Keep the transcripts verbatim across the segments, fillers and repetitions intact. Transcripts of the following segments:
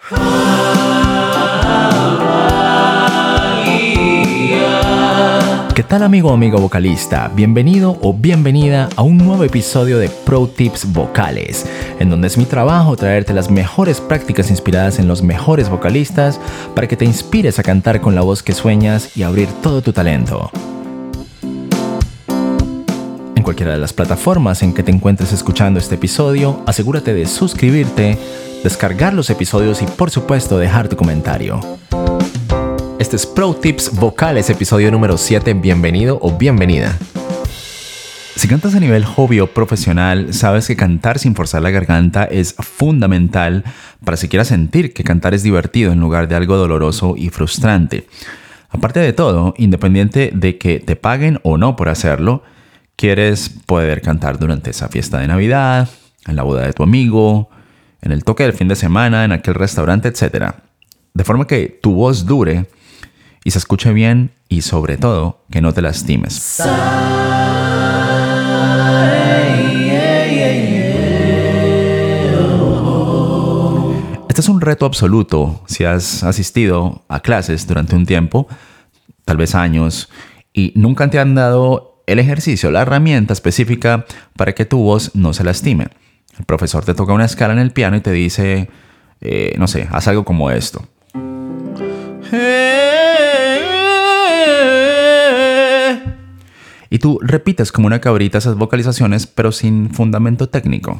¿Qué tal, amigo o amigo vocalista? Bienvenido o bienvenida a un nuevo episodio de Pro Tips Vocales, en donde es mi trabajo traerte las mejores prácticas inspiradas en los mejores vocalistas para que te inspires a cantar con la voz que sueñas y abrir todo tu talento. En cualquiera de las plataformas en que te encuentres escuchando este episodio, asegúrate de suscribirte, descargar los episodios y, por supuesto, dejar tu comentario. Este es Pro Tips Vocales, episodio número siete. Bienvenido o bienvenida. Si cantas a nivel hobby o profesional, sabes que cantar sin forzar la garganta es fundamental para siquiera sentir que cantar es divertido en lugar de algo doloroso y frustrante. Aparte de todo, independiente de que te paguen o no por hacerlo, quieres poder cantar durante esa fiesta de Navidad, en la boda de tu amigo, en el toque del fin de semana, en aquel restaurante, etcétera. De forma que tu voz dure y se escuche bien y, sobre todo, que no te lastimes. Este es un reto absoluto si has asistido a clases durante un tiempo, tal vez años, y nunca te han dado el ejercicio, la herramienta específica para que tu voz no se lastime. El profesor te toca una escala en el piano y te dice, eh, no sé, haz algo como esto. Y tú repites como una cabrita esas vocalizaciones, pero sin fundamento técnico.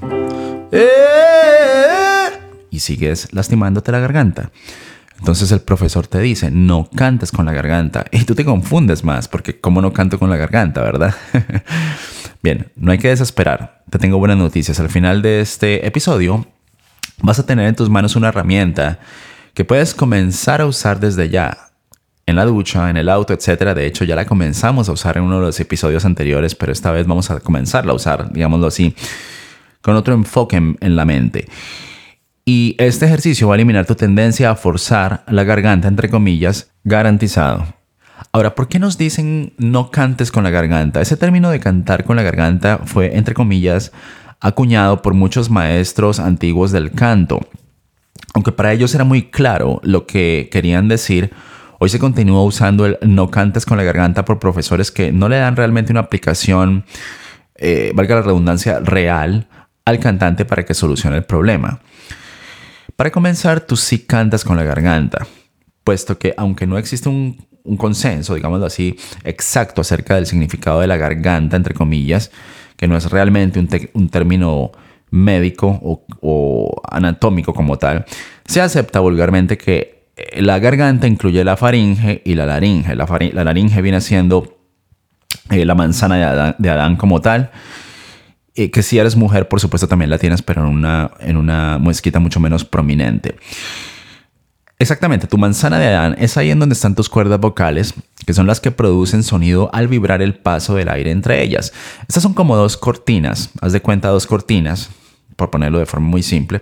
Y sigues lastimándote la garganta. Entonces el profesor te dice, no cantes con la garganta. Y tú te confundes más, porque ¿cómo no canto con la garganta, verdad? Bien, no hay que desesperar. Te tengo buenas noticias. Al final de este episodio vas a tener en tus manos una herramienta que puedes comenzar a usar desde ya. En la ducha, en el auto, etcétera. De hecho, ya la comenzamos a usar en uno de los episodios anteriores, pero esta vez vamos a comenzarla a usar, digámoslo así, con otro enfoque en, en la mente. Y este ejercicio va a eliminar tu tendencia a forzar la garganta, entre comillas, garantizado. Ahora, ¿por qué nos dicen no cantes con la garganta? Ese término de cantar con la garganta fue, entre comillas, acuñado por muchos maestros antiguos del canto. Aunque para ellos era muy claro lo que querían decir, hoy se continúa usando el no cantes con la garganta por profesores que no le dan realmente una aplicación, eh, valga la redundancia, real al cantante para que solucione el problema. Para comenzar, tú sí cantas con la garganta, puesto que aunque no existe un, un consenso, digámoslo así, exacto acerca del significado de la garganta, entre comillas, que no es realmente un, te- un término médico o, o anatómico como tal, se acepta vulgarmente que la garganta incluye la faringe y la laringe. La, faring- la laringe viene siendo eh, la manzana de Adán, de Adán como tal. Eh, que si eres mujer, por supuesto, también la tienes, pero en una, en una muesquita mucho menos prominente. Exactamente, tu manzana de Adán es ahí en donde están tus cuerdas vocales, que son las que producen sonido al vibrar el paso del aire entre ellas. Estas son como dos cortinas, haz de cuenta dos cortinas, por ponerlo de forma muy simple.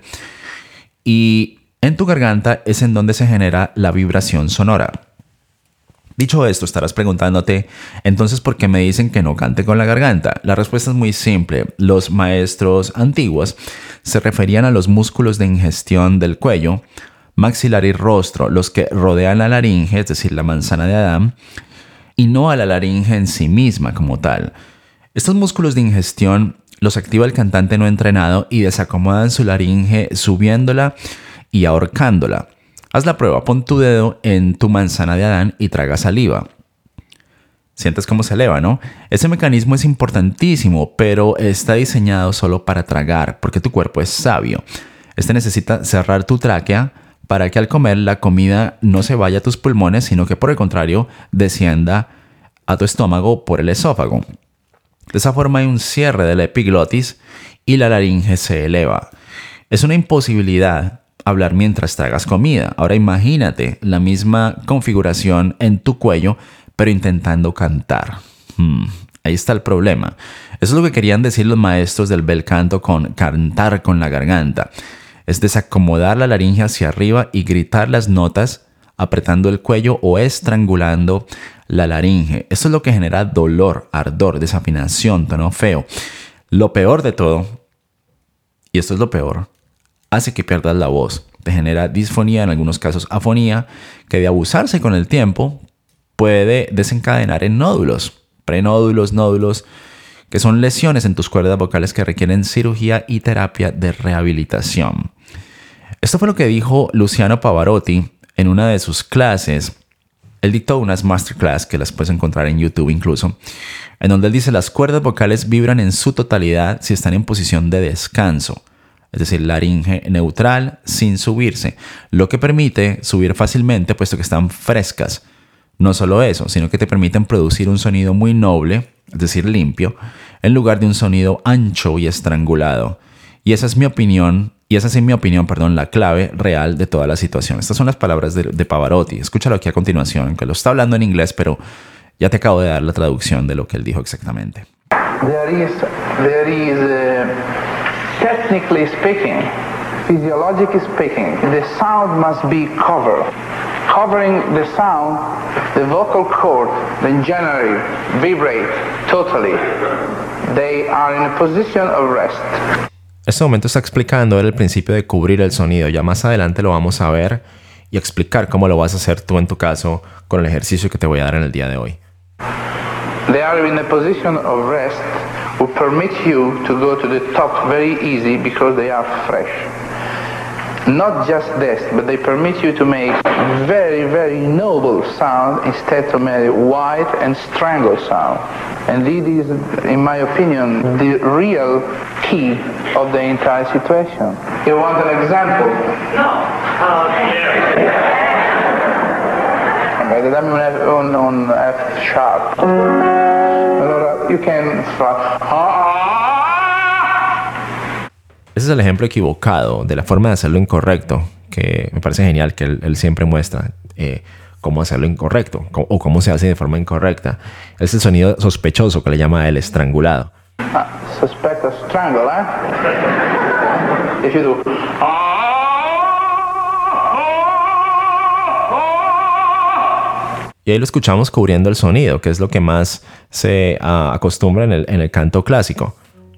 Y en tu garganta es en donde se genera la vibración sonora. Dicho esto, estarás preguntándote, entonces, ¿por qué me dicen que no cante con la garganta? La respuesta es muy simple. Los maestros antiguos se referían a los músculos de ingestión del cuello, maxilar y rostro, los que rodean la laringe, es decir, la manzana de Adán, y no a la laringe en sí misma como tal. Estos músculos de ingestión los activa el cantante no entrenado y desacomodan su laringe subiéndola y ahorcándola. Haz la prueba, pon tu dedo en tu manzana de Adán y traga saliva. Sientes cómo se eleva, ¿no? Ese mecanismo es importantísimo, pero está diseñado solo para tragar, porque tu cuerpo es sabio. Este necesita cerrar tu tráquea para que al comer la comida no se vaya a tus pulmones, sino que por el contrario descienda a tu estómago por el esófago. De esa forma hay un cierre de la epiglotis y la laringe se eleva. Es una imposibilidad hablar mientras tragas comida. Ahora imagínate la misma configuración en tu cuello, pero intentando cantar. Hmm, ahí está el problema. Eso es lo que querían decir los maestros del bel canto con cantar con la garganta. Es desacomodar la laringe hacia arriba y gritar las notas apretando el cuello o estrangulando la laringe. Esto es lo que genera dolor, ardor, desafinación, tono feo. Lo peor de todo, y esto es lo peor, hace que pierdas la voz. te genera disfonía, en algunos casos afonía, que de abusarse con el tiempo puede desencadenar en nódulos, prenódulos, nódulos, que son lesiones en tus cuerdas vocales que requieren cirugía y terapia de rehabilitación. Esto fue lo que dijo Luciano Pavarotti en una de sus clases. Él dictó unas masterclass que las puedes encontrar en YouTube incluso, en donde él dice las cuerdas vocales vibran en su totalidad si están en posición de descanso, es decir, laringe neutral sin subirse, lo que permite subir fácilmente puesto que están frescas. No solo eso, sino que te permiten producir un sonido muy noble, es decir, limpio, en lugar de un sonido ancho y estrangulado. Y esa es mi opinión, y esa es en mi opinión, perdón, la clave real de toda la situación. Estas son las palabras de, de Pavarotti. Escúchalo aquí a continuación, aunque lo está hablando en inglés, pero ya te acabo de dar la traducción de lo que él dijo exactamente. There is, there is, uh, technically speaking, physiologically speaking, the sound must be covered. Covering the sound, the vocal cord then generally vibrate totally. They are in a position of rest. Este momento está explicando el principio de cubrir el sonido. Ya más adelante lo vamos a ver y explicar cómo lo vas a hacer tú en tu caso con el ejercicio que te voy a dar en el día de hoy. They are in a position of rest will permit you to go to the top very easy because they are fresh. Not just this, but they permit you to make very, very noble sound instead of very wide and strangled sound. And this is, in my opinion, the real key of the entire situation. You want an example? No. Okay, dammi un F, un, un F sharp. Allora, you can Ese es el ejemplo equivocado de la forma de hacerlo incorrecto, que me parece genial que él, él siempre muestra eh, cómo hacerlo incorrecto o cómo se hace de forma incorrecta. Es el sonido sospechoso que le llama el estrangulado. Ah, suspect of strangle, eh? If you do. Y ahí lo escuchamos cubriendo el sonido, que es lo que más se uh, acostumbra en el, en el canto clásico.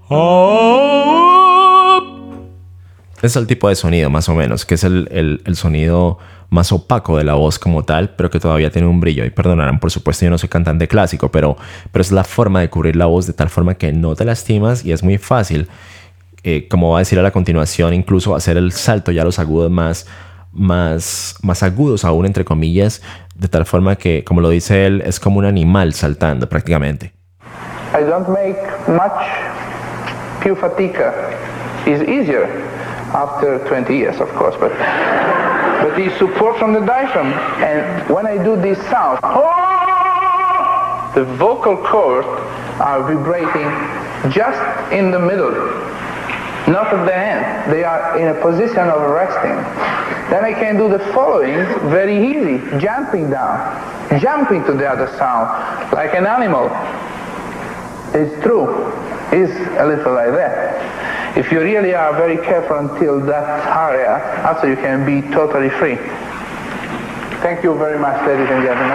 Es el tipo de sonido, más o menos, que es el, el, el sonido más opaco de la voz como tal, pero que todavía tiene un brillo. Y perdonarán, por supuesto, yo no soy cantante clásico, pero, pero es la forma de cubrir la voz de tal forma que no te lastimas y es muy fácil, eh, como va a decir a la continuación, incluso hacer el salto ya a los agudos más, más, más agudos aún, entre comillas, de tal forma que, como lo dice él, es como un animal saltando prácticamente. I don't make much più fatica. It's easier. After twenty years, of course, but but the support from the diaphragm, and when I do this sound, oh, the vocal cords are vibrating just in the middle, not at the end. They are in a position of resting. Then I can do the following very easy, jumping down, jumping to the other sound, like an animal. It's true. It's a little like that. If you really are very careful until that area, after you can be totally free. Thank you very much, ladies and gentlemen.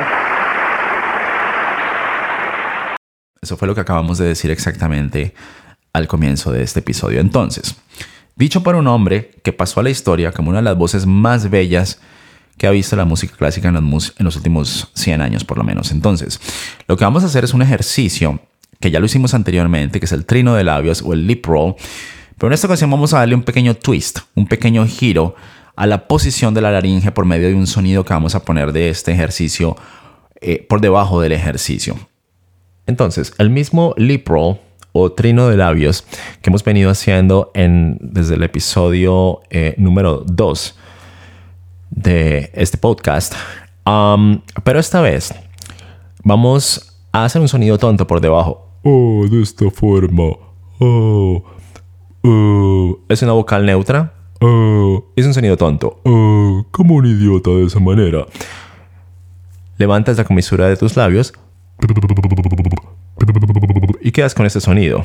Eso fue lo que acabamos de decir exactamente al comienzo de este episodio. Entonces, dicho por un hombre que pasó a la historia como una de las voces más bellas que ha visto la música clásica en los, en los últimos cien años por lo menos. Entonces, lo que vamos a hacer es un ejercicio que ya lo hicimos anteriormente, que es el trino de labios o el lip roll. Pero en esta ocasión vamos a darle un pequeño twist, un pequeño giro a la posición de la laringe por medio de un sonido que vamos a poner de este ejercicio eh, por debajo del ejercicio. Entonces, el mismo lip roll o trino de labios que hemos venido haciendo en, desde el episodio eh, número dos de este podcast. Um, pero esta vez vamos a hacer un sonido tonto por debajo. Oh, de esta forma. Oh. Uh, es una vocal neutra. Uh, es un sonido tonto. Uh, como un idiota de esa manera. Levantas la comisura de tus labios y quedas con este sonido.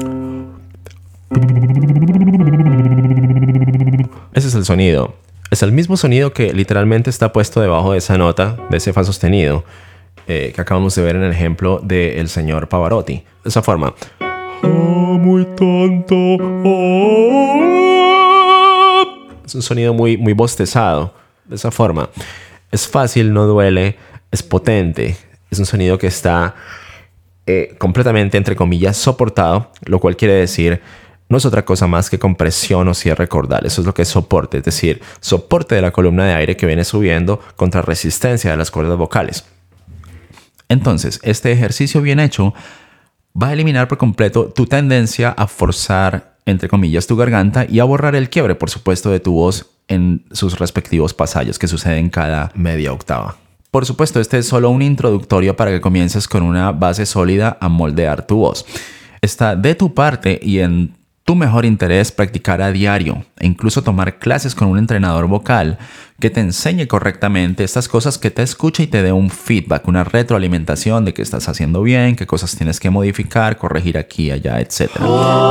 Ese es el sonido. Es el mismo sonido que literalmente está puesto debajo de esa nota, de ese fa sostenido, eh, que acabamos de ver en el ejemplo del señor Pavarotti. De esa forma. Oh, muy tonto. Oh. Es un sonido muy, muy bostezado, de esa forma. Es fácil, no duele, es potente. Es un sonido que está eh, completamente, entre comillas, soportado, lo cual quiere decir no es otra cosa más que compresión o cierre cordal. Eso es lo que es soporte, es decir, soporte de la columna de aire que viene subiendo contra resistencia de las cuerdas vocales. Entonces, este ejercicio bien hecho va a eliminar por completo tu tendencia a forzar, entre comillas, tu garganta y a borrar el quiebre, por supuesto, de tu voz en sus respectivos pasallos que suceden cada media octava. Por supuesto, este es solo un introductorio para que comiences con una base sólida a moldear tu voz. Está de tu parte y en tu mejor interés practicar a diario e incluso tomar clases con un entrenador vocal que te enseñe correctamente estas cosas, que te escuche y te dé un feedback, una retroalimentación de qué estás haciendo bien, qué cosas tienes que modificar, corregir aquí, allá, etcétera.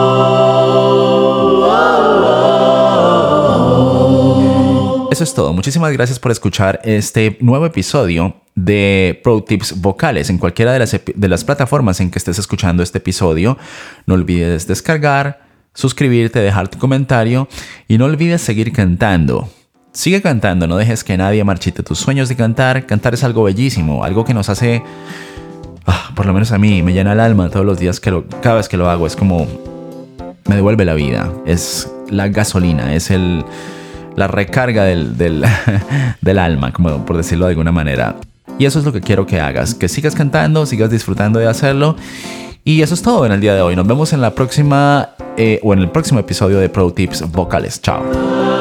Eso es todo. Muchísimas gracias por escuchar este nuevo episodio de Pro Tips Vocales en cualquiera de las, de las plataformas en que estés escuchando este episodio. No olvides descargar, suscribirte, dejar tu comentario y no olvides seguir cantando. Sigue cantando, no dejes que nadie marchite tus sueños de cantar. Cantar es algo bellísimo, algo que nos hace, ah, por lo menos a mí, me llena el alma todos los días, que lo, cada vez que lo hago. Es como, me devuelve la vida, es la gasolina, es el, la recarga del, del, del alma, como por decirlo de alguna manera. Y eso es lo que quiero que hagas, que sigas cantando, sigas disfrutando de hacerlo. Y eso es todo en el día de hoy. Nos vemos en la próxima eh, o en el próximo episodio de Pro Tips Vocales. Chao.